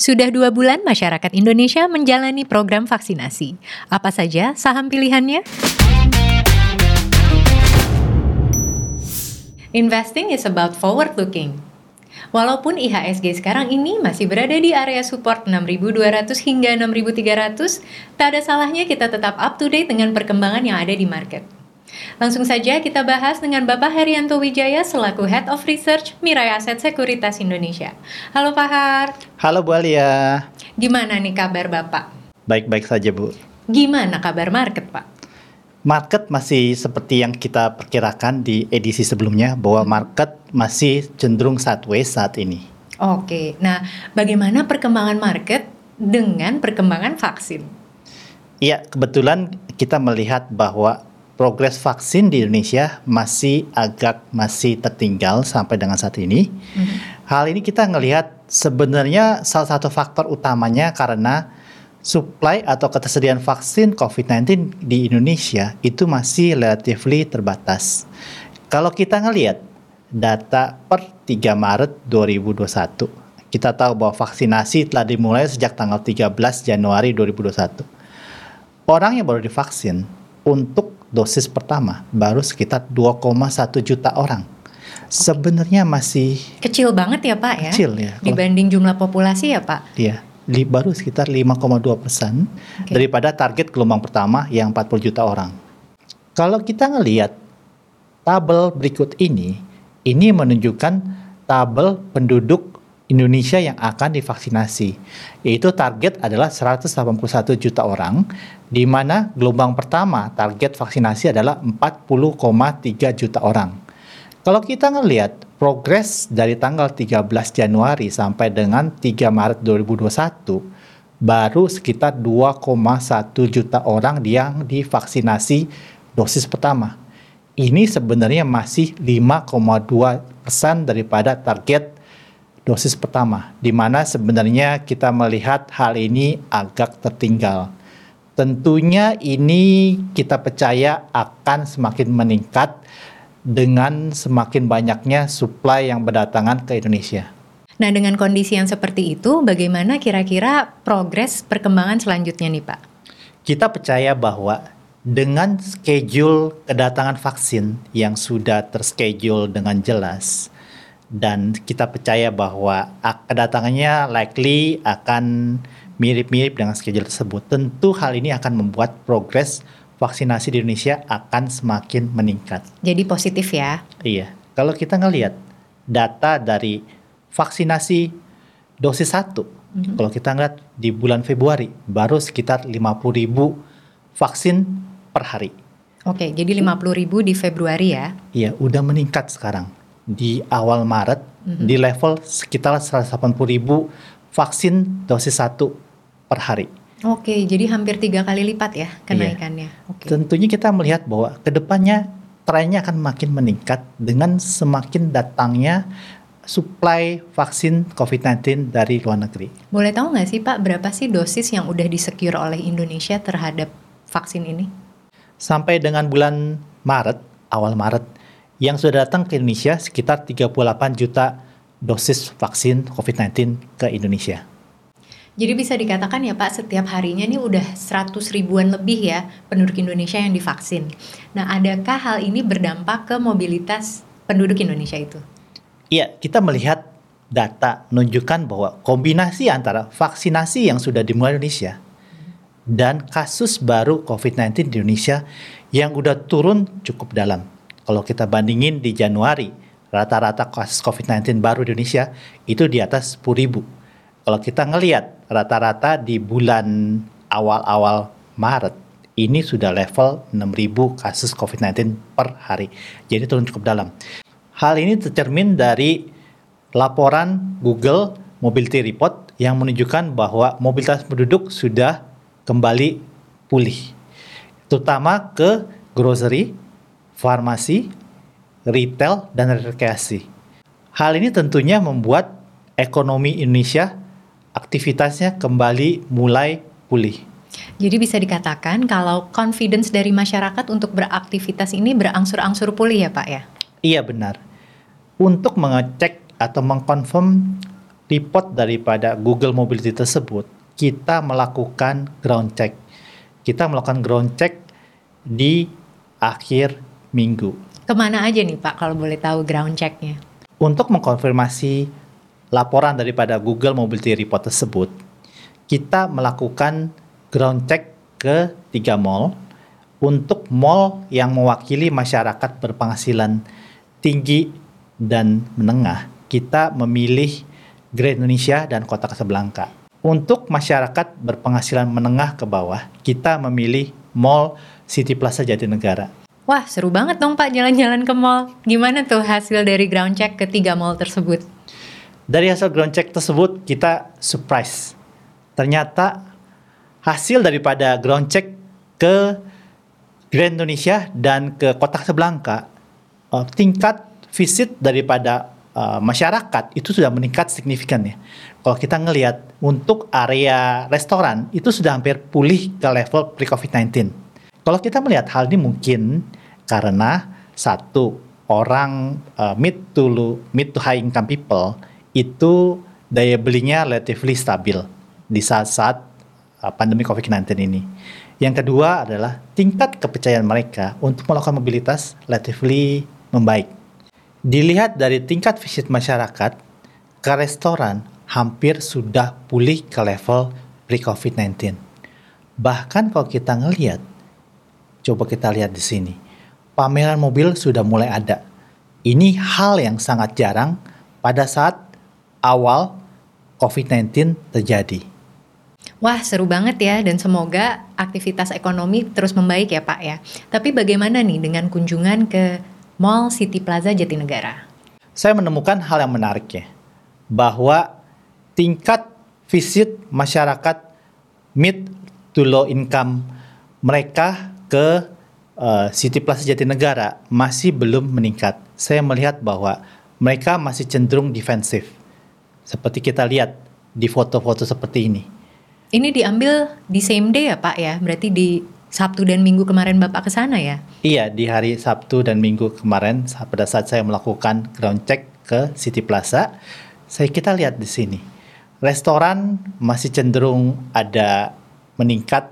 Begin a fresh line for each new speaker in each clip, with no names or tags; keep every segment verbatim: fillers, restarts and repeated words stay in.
Sudah dua bulan masyarakat Indonesia menjalani program vaksinasi. Apa saja saham pilihannya? Investing is about forward looking. Walaupun I H S G sekarang ini masih berada di area support enam ribu dua ratus hingga enam ribu tiga ratus, tak ada salahnya kita tetap up to date dengan perkembangan yang ada di market. Langsung saja kita bahas dengan Bapak Herianto Wijaya selaku Head of Research Mirai Aset Sekuritas Indonesia. Halo Pak Har.
Halo Bu Alia.
Gimana nih kabar Bapak?
Baik-baik saja Bu.
Gimana kabar market Pak?
Market masih seperti yang kita perkirakan di edisi sebelumnya, bahwa market masih cenderung sideways saat ini.
Oke, nah bagaimana perkembangan market dengan perkembangan vaksin?
Iya, kebetulan kita melihat bahwa progres vaksin di Indonesia masih agak masih tertinggal sampai dengan saat ini. Mm-hmm. Hal ini kita ngelihat sebenarnya salah satu faktor utamanya karena supply atau ketersediaan vaksin covid sembilan belas di Indonesia itu masih relatively terbatas. Kalau kita ngelihat data per tiga Maret dua ribu dua puluh satu, kita tahu bahwa vaksinasi telah dimulai sejak tanggal tiga belas Januari dua ribu dua puluh satu. Orang yang baru divaksin untuk dosis pertama baru sekitar dua koma satu juta orang. Sebenarnya masih
kecil banget ya Pak ya?
Kecil ya.
Dibanding jumlah populasi ya Pak?
Iya, li, baru sekitar lima koma dua persen okay. daripada target gelombang pertama yang empat puluh juta orang. Kalau kita ngelihat tabel berikut ini, ini menunjukkan tabel penduduk Indonesia yang akan divaksinasi, yaitu target adalah seratus delapan puluh satu juta orang, di mana gelombang pertama target vaksinasi adalah empat puluh koma tiga juta orang. Kalau kita ngelihat progres dari tanggal tiga belas Januari sampai dengan tiga Maret dua ribu dua puluh satu, baru sekitar dua koma satu juta orang yang divaksinasi dosis pertama. Ini sebenarnya masih lima koma dua persen daripada target dosis pertama, di mana sebenarnya kita melihat hal ini agak tertinggal. Tentunya ini kita percaya akan semakin meningkat dengan semakin banyaknya supply yang berdatangan ke Indonesia.
Nah, dengan kondisi yang seperti itu, bagaimana kira-kira progres perkembangan selanjutnya nih Pak?
Kita percaya bahwa dengan schedule kedatangan vaksin yang sudah terschedule dengan jelas, dan kita percaya bahwa kedatangannya likely akan mirip-mirip dengan schedule tersebut. Tentu hal ini akan membuat progres vaksinasi di Indonesia akan semakin meningkat.
Jadi positif ya?
Iya. Kalau kita ngelihat data dari vaksinasi dosis satu, mm-hmm. kalau kita ngelihat di bulan Februari baru sekitar lima puluh ribu vaksin per hari.
Oke, jadi lima puluh ribu di Februari ya?
Iya, udah meningkat sekarang. Di awal Maret, mm-hmm. di level sekitar seratus delapan puluh ribu vaksin dosis satu per hari.
Oke, jadi hampir tiga kali lipat ya kenaikannya.
Iya.
Oke.
Tentunya kita melihat bahwa kedepannya trennya akan makin meningkat dengan semakin datangnya supply vaksin covid sembilan belas dari luar negeri.
Boleh tahu nggak sih Pak, berapa sih dosis yang udah disecure oleh Indonesia terhadap vaksin ini?
Sampai dengan bulan Maret, awal Maret, yang sudah datang ke Indonesia sekitar tiga puluh delapan juta dosis vaksin covid sembilan belas ke Indonesia.
Jadi bisa dikatakan ya Pak, setiap harinya nih udah seratus ribuan lebih ya penduduk Indonesia yang divaksin. Nah, adakah hal ini berdampak ke mobilitas penduduk Indonesia itu?
Iya, kita melihat data menunjukkan bahwa kombinasi antara vaksinasi yang sudah dimulai di Indonesia dan kasus baru covid sembilan belas di Indonesia yang udah turun cukup dalam. Kalau kita bandingin di Januari, rata-rata kasus covid sembilan belas baru di Indonesia itu di atas sepuluh ribu. Kalau kita ngelihat rata-rata di bulan awal-awal Maret, ini sudah level enam ribu kasus covid sembilan belas per hari. Jadi turun cukup dalam. Hal ini tercermin dari laporan Google Mobility Report yang menunjukkan bahwa mobilitas penduduk sudah kembali pulih. Terutama ke grocery, farmasi, retail, dan rekreasi. Hal ini tentunya membuat ekonomi Indonesia aktivitasnya kembali mulai pulih.
Jadi bisa dikatakan kalau confidence dari masyarakat untuk beraktivitas ini berangsur-angsur pulih ya Pak ya?
Iya benar. Untuk mengecek atau mengkonfirm report daripada Google Mobility tersebut, kita melakukan ground check. Kita melakukan ground check di akhir minggu.
Kemana aja nih Pak kalau boleh tahu ground check-nya?
Untuk mengkonfirmasi laporan daripada Google Mobility Report tersebut, kita melakukan ground check ke tiga mall. Untuk mall yang mewakili masyarakat berpenghasilan tinggi dan menengah, kita memilih Grand Indonesia dan Kota Kasablanka. Untuk masyarakat berpenghasilan menengah ke bawah, kita memilih Mall City Plaza Jatinegara.
Wah, seru banget dong Pak jalan-jalan ke mall. Gimana tuh hasil dari ground check ketiga mall tersebut?
Dari hasil ground check tersebut, kita surprise. Ternyata hasil daripada ground check ke Grand Indonesia dan ke Kota Kasablanka, uh, tingkat visit daripada uh, masyarakat itu sudah meningkat signifikan ya. Kalau kita ngelihat untuk area restoran itu sudah hampir pulih ke level pre-covid sembilan belas. Kalau kita melihat hal ini mungkin karena satu, orang uh, mid to low, mid to high income people itu daya belinya relatively stabil di saat-saat uh, pandemi covid sembilan belas ini. Yang kedua adalah tingkat kepercayaan mereka untuk melakukan mobilitas relatively membaik. Dilihat dari tingkat visit masyarakat ke restoran hampir sudah pulih ke level pre-covid sembilan belas. Bahkan kalau kita ngelihat, coba kita lihat di sini, pameran mobil sudah mulai ada. Ini hal yang sangat jarang pada saat awal covid sembilan belas terjadi.
Wah, seru banget ya, dan semoga aktivitas ekonomi terus membaik ya Pak ya. Tapi bagaimana nih dengan kunjungan ke Mall City Plaza Jatinegara?
Saya menemukan hal yang menarik ya, bahwa tingkat visit masyarakat mid to low income mereka ke uh, City Plaza Jatinegara masih belum meningkat. Saya melihat bahwa mereka masih cenderung defensif. Seperti kita lihat di foto-foto seperti ini.
Ini diambil di same day ya Pak ya? Berarti di Sabtu dan Minggu kemarin Bapak ke sana ya?
Iya, di hari Sabtu dan Minggu kemarin pada saat saya melakukan ground check ke City Plaza, saya kita lihat di sini. Restoran masih cenderung ada meningkat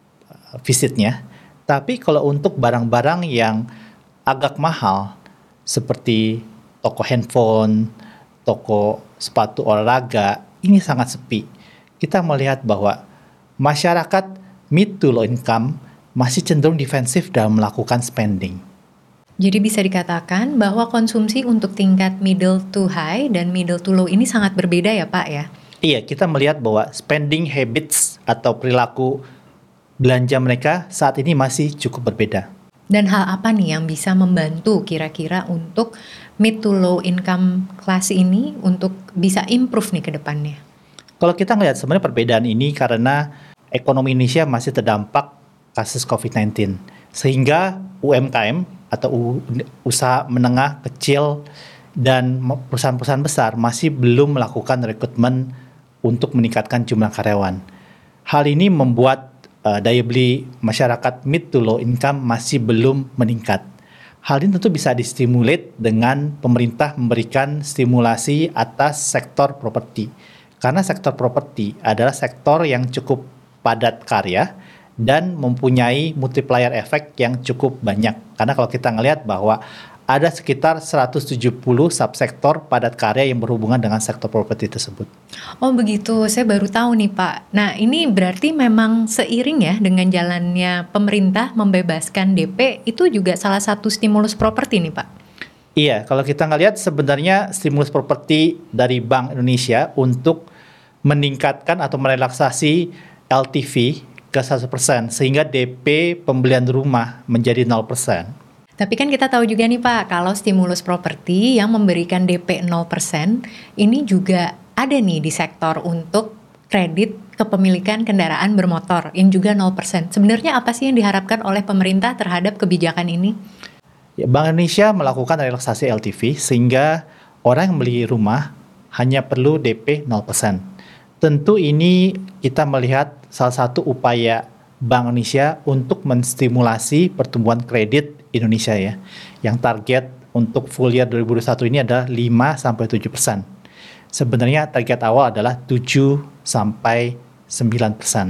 visitnya, tapi kalau untuk barang-barang yang agak mahal seperti toko handphone, toko sepatu olahraga, ini sangat sepi. Kita melihat bahwa masyarakat mid to low income masih cenderung defensif dalam melakukan spending.
Jadi bisa dikatakan bahwa konsumsi untuk tingkat middle to high dan middle to low ini sangat berbeda ya Pak ya?
Iya, kita melihat bahwa spending habits atau perilaku belanja mereka saat ini masih cukup berbeda.
Dan hal apa nih yang bisa membantu kira-kira untuk mid to low income class ini untuk bisa improve nih ke depannya?
Kalau kita ngelihat sebenarnya perbedaan ini karena ekonomi Indonesia masih terdampak kasus covid sembilan belas. Sehingga U M K M atau usaha menengah, kecil, dan perusahaan-perusahaan besar masih belum melakukan rekrutmen untuk meningkatkan jumlah karyawan. Hal ini membuat uh, daya beli masyarakat mid to low income masih belum meningkat. Hal ini tentu bisa distimulate dengan pemerintah memberikan stimulasi atas sektor properti. Karena sektor properti adalah sektor yang cukup padat karya dan mempunyai multiplier effect yang cukup banyak. Karena kalau kita ngelihat bahwa ada sekitar seratus tujuh puluh subsektor padat karya yang berhubungan dengan sektor properti tersebut.
Oh begitu, saya baru tahu nih Pak. Nah ini berarti memang seiring ya dengan jalannya pemerintah membebaskan D P, itu juga salah satu stimulus properti nih Pak?
Iya, kalau kita ngelihat sebenarnya stimulus properti dari Bank Indonesia untuk meningkatkan atau merelaksasi L T V ke seratus persen sehingga D P pembelian rumah menjadi nol persen.
Tapi kan kita tahu juga nih Pak, kalau stimulus properti yang memberikan D P nol persen ini juga ada nih di sektor untuk kredit kepemilikan kendaraan bermotor yang juga nol persen. Sebenarnya apa sih yang diharapkan oleh pemerintah terhadap kebijakan ini?
Ya, Bank Indonesia melakukan relaksasi L T V sehingga orang yang beli rumah hanya perlu D P nol persen. Tentu ini kita melihat salah satu upaya Bank Indonesia untuk menstimulasi pertumbuhan kredit Indonesia ya. Yang target untuk full year dua ribu dua puluh satu ini adalah lima sampai tujuh persen. sebenarnya target awal adalah tujuh sampai sembilan persen.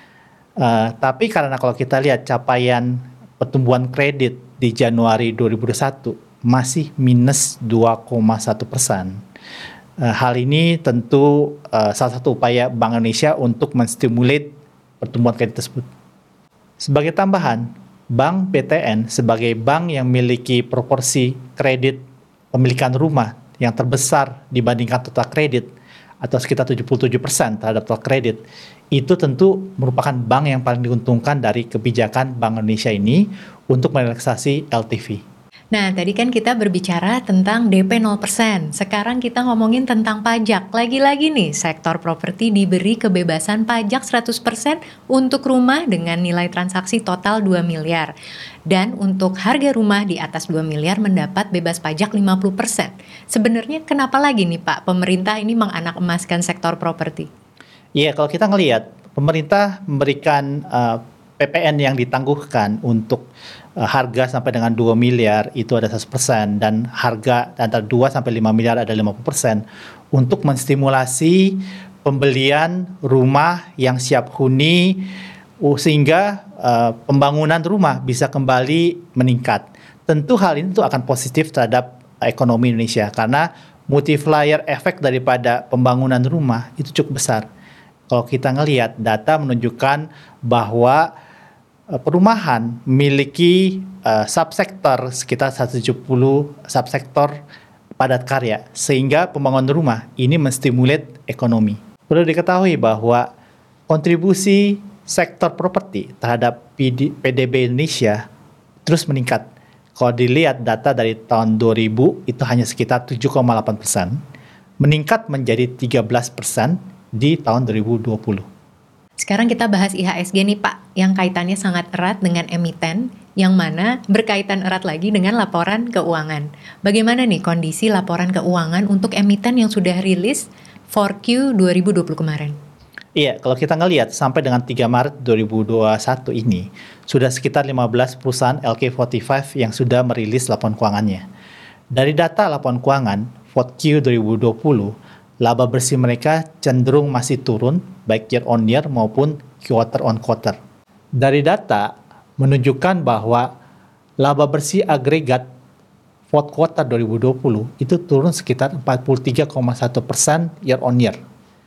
Uh, tapi karena kalau kita lihat capaian pertumbuhan kredit di Januari dua ribu dua puluh satu masih minus dua koma satu persen. Uh, hal ini tentu uh, salah satu upaya Bank Indonesia untuk menstimulate pertumbuhan kredit tersebut. Sebagai tambahan, Bank B T N sebagai bank yang memiliki proporsi kredit pemilikan rumah yang terbesar dibandingkan total kredit atau sekitar tujuh puluh tujuh persen terhadap total kredit, itu tentu merupakan bank yang paling diuntungkan dari kebijakan Bank Indonesia ini untuk merelaksasi L T V.
Nah, tadi kan kita berbicara tentang D P nol persen. Sekarang kita ngomongin tentang pajak. Lagi-lagi nih, sektor properti diberi kebebasan pajak seratus persen untuk rumah dengan nilai transaksi total dua miliar. Dan untuk harga rumah di atas dua miliar mendapat bebas pajak lima puluh persen. Sebenarnya kenapa lagi nih Pak, pemerintah ini menganak emaskan sektor properti?
Iya, kalau kita ngelihat, pemerintah memberikan uh, P P N yang ditangguhkan untuk uh, harga sampai dengan dua miliar itu ada seratus persen dan harga antara dua sampai lima miliar ada lima puluh persen untuk menstimulasi pembelian rumah yang siap huni uh, sehingga uh, pembangunan rumah bisa kembali meningkat. Tentu hal ini tuh akan positif terhadap ekonomi Indonesia karena multiplier efek daripada pembangunan rumah itu cukup besar. Kalau kita ngelihat data menunjukkan bahwa uh, perumahan memiliki uh, subsektor sekitar seratus tujuh puluh subsektor padat karya sehingga pembangunan rumah ini menstimulate ekonomi. Perlu diketahui bahwa kontribusi sektor properti terhadap P D B Indonesia terus meningkat. Kalau dilihat data dari tahun dua ribu itu hanya sekitar tujuh koma delapan persen, meningkat menjadi tiga belas persen di tahun dua ribu dua puluh.
Sekarang kita bahas I H S G nih Pak, yang kaitannya sangat erat dengan emiten, yang mana berkaitan erat lagi dengan laporan keuangan. Bagaimana nih kondisi laporan keuangan untuk emiten yang sudah rilis empat Q dua ribu dua puluh kemarin?
Iya, kalau kita ngelihat sampai dengan tiga Maret dua ribu dua puluh satu ini, sudah sekitar lima belas perusahaan L K empat puluh lima yang sudah merilis laporan keuangannya. Dari data laporan keuangan empat Q dua ribu dua puluh, laba bersih mereka cenderung masih turun, baik year on year maupun quarter on quarter. Dari data menunjukkan bahwa laba bersih agregat fourth quarter dua ribu dua puluh itu turun sekitar empat puluh tiga koma satu persen year on year.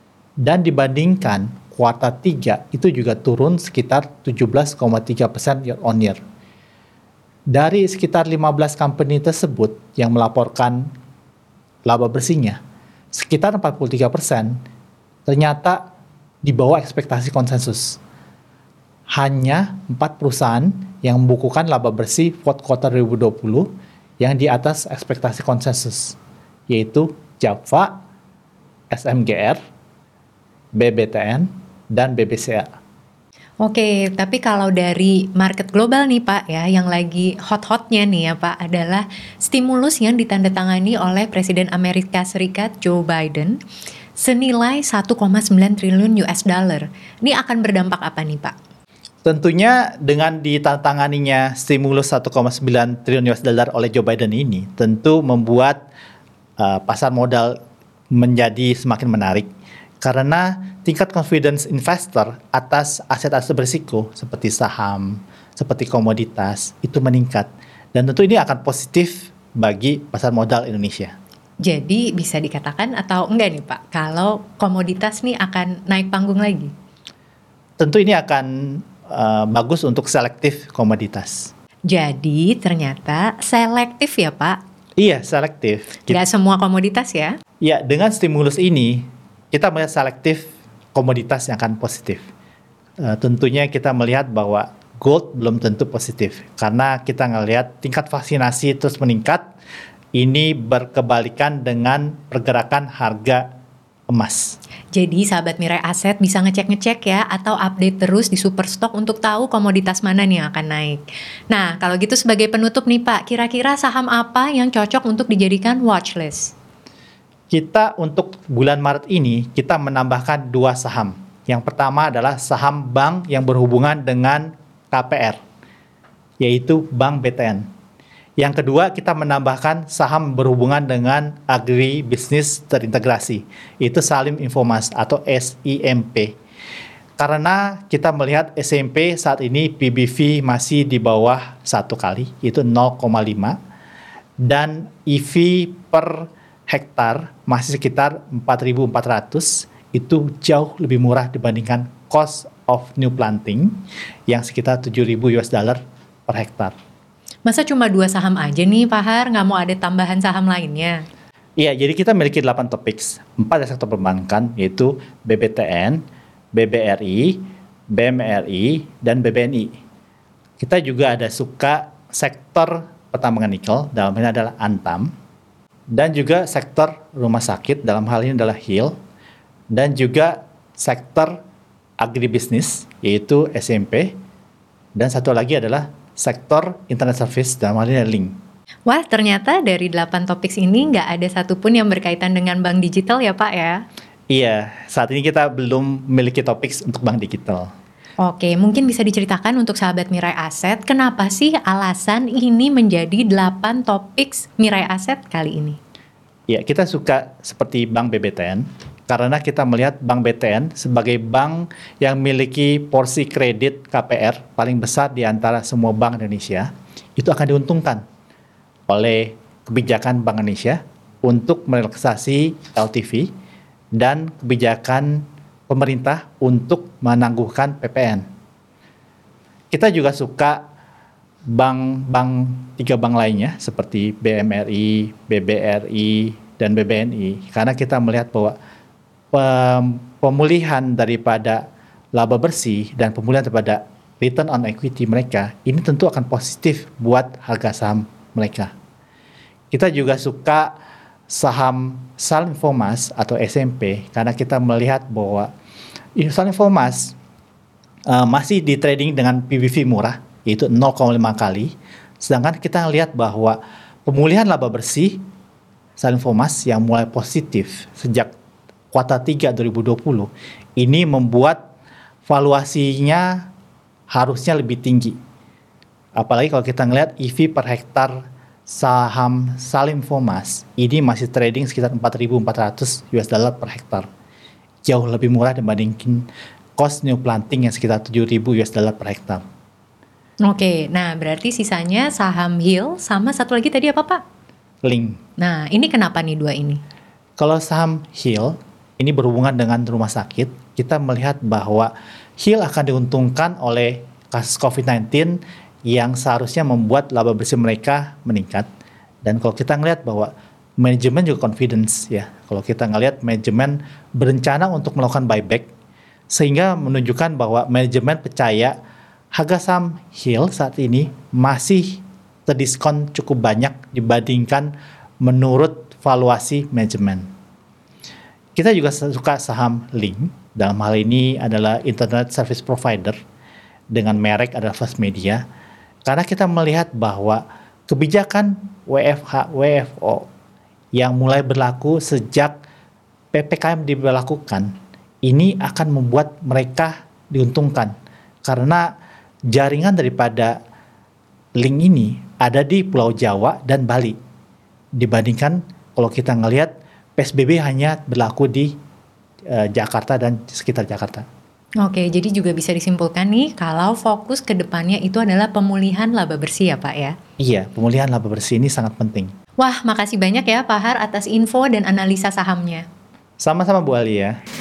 Dan dibandingkan kuartal tiga itu juga turun sekitar tujuh belas koma tiga persen year on year. Dari sekitar lima belas company tersebut yang melaporkan laba bersihnya, sekitar empat puluh tiga persen ternyata di bawah ekspektasi konsensus. Hanya empat perusahaan yang membukukan laba bersih fourth quarter dua ribu dua puluh yang di atas ekspektasi konsensus, yaitu Java, S M G R, B B T N, dan B B C A.
Oke, tapi kalau dari market global nih Pak ya, yang lagi hot-hotnya nih ya Pak adalah stimulus yang ditandatangani oleh Presiden Amerika Serikat Joe Biden senilai satu koma sembilan triliun U S dollar. Ini akan berdampak apa nih Pak?
Tentunya dengan ditandatanganinya stimulus satu koma sembilan triliun U S dollar oleh Joe Biden ini tentu membuat uh, pasar modal menjadi semakin menarik. Karena tingkat confidence investor atas aset-aset berisiko seperti saham, seperti komoditas itu meningkat. Dan tentu ini akan positif bagi pasar modal Indonesia.
Jadi bisa dikatakan atau enggak nih Pak, kalau komoditas nih akan naik panggung lagi?
Tentu ini akan uh, bagus untuk selektif komoditas.
Jadi ternyata selektif ya Pak?
Iya, selektif.
Nggak semua komoditas ya?
Ya, dengan stimulus ini kita melihat selektif komoditas yang akan positif. Uh, tentunya kita melihat bahwa gold belum tentu positif karena kita ngelihat tingkat vaksinasi terus meningkat. Ini berkebalikan dengan pergerakan harga emas.
Jadi sahabat Mirai Aset bisa ngecek-ngecek ya atau update terus di Superstock untuk tahu komoditas mana nih yang akan naik. Nah, kalau gitu sebagai penutup nih Pak, kira-kira saham apa yang cocok untuk dijadikan watchlist?
Kita untuk bulan Maret ini kita menambahkan dua saham. Yang pertama adalah saham bank yang berhubungan dengan K P R, yaitu Bank B T N. Yang kedua, kita menambahkan saham berhubungan dengan agribisnis terintegrasi. Itu Salim Infomas atau S I M P. Karena kita melihat S I M P saat ini P B V masih di bawah satu kali, itu nol koma lima. Dan E V per hektar masih sekitar empat ribu empat ratus. Itu jauh lebih murah dibandingkan cost of new planting yang sekitar tujuh ribu U S dollar per hektar.
Masa cuma dua saham aja nih Pak Har, nggak mau ada tambahan saham lainnya?
Iya, jadi kita memiliki delapan topik, empat dari sektor perbankan, yaitu B B T N, B B R I, B M R I, dan B B N I. Kita juga ada suka sektor pertambangan nikel, dalam hal ini adalah Antam, dan juga sektor rumah sakit, dalam hal ini adalah Hill, dan juga sektor agribisnis, yaitu S I M P, dan satu lagi adalah sektor internet service, dalam hal ini adalah Link.
Wah, ternyata dari delapan topik ini nggak ada satupun yang berkaitan dengan bank digital ya Pak ya?
Iya, saat ini kita belum memiliki topik untuk bank digital.
Oke, mungkin bisa diceritakan untuk sahabat Mirai Aset, kenapa sih alasan ini menjadi delapan topik Mirai Aset kali ini?
Ya, kita suka seperti Bank B B T N, karena kita melihat Bank B T N sebagai bank yang memiliki porsi kredit K P R paling besar di antara semua bank Indonesia, itu akan diuntungkan oleh kebijakan Bank Indonesia untuk merelaksasi L T V dan kebijakan pemerintah untuk menangguhkan P P N. Kita juga suka bank-bank tiga bank lainnya seperti B M R I, B B R I, dan B B N I, karena kita melihat bahwa pemulihan daripada laba bersih dan pemulihan daripada return on equity mereka ini tentu akan positif buat harga saham mereka. Kita juga suka saham Salim Infomas atau S I M P karena kita melihat bahwa Salim Infomas uh, masih di trading dengan P B V murah, yaitu nol koma lima kali, sedangkan kita lihat bahwa pemulihan laba bersih Salim Infomas yang mulai positif sejak kuartal tiga dua ribu dua puluh ini membuat valuasinya harusnya lebih tinggi. Apalagi kalau kita ngelihat E V per hektar saham Salim Infomas ini masih trading sekitar empat ribu empat ratus U S dollar per hektar. Jauh lebih murah dibandingkan cost new planting yang sekitar tujuh ribu U S dollar per hektar.
Oke, nah berarti sisanya saham Hill sama satu lagi tadi apa Pak?
Link.
Nah, ini kenapa nih dua ini?
Kalau saham Hill ini berhubungan dengan rumah sakit, kita melihat bahwa Hill akan diuntungkan oleh kasus covid sembilan belas yang seharusnya membuat laba bersih mereka meningkat. Dan kalau kita ngelihat bahwa manajemen juga confidence ya, kalau kita ngelihat manajemen berencana untuk melakukan buyback, sehingga menunjukkan bahwa manajemen percaya harga saham Hill saat ini masih terdiskon cukup banyak dibandingkan menurut valuasi manajemen. Kita juga suka saham Link, dalam hal ini adalah internet service provider dengan merek adalah First Media, karena kita melihat bahwa kebijakan W F H W F O yang mulai berlaku sejak P P K M diberlakukan ini akan membuat mereka diuntungkan karena jaringan daripada Link ini ada di Pulau Jawa dan Bali, dibandingkan kalau kita ngelihat P S B B hanya berlaku di uh, Jakarta dan sekitar Jakarta.
Oke, jadi juga bisa disimpulkan nih kalau fokus ke depannya itu adalah pemulihan laba bersih ya Pak ya?
Iya, pemulihan laba bersih ini sangat penting.
Wah, makasih banyak ya Pak Har atas info dan analisa sahamnya.
Sama-sama Bu Alia.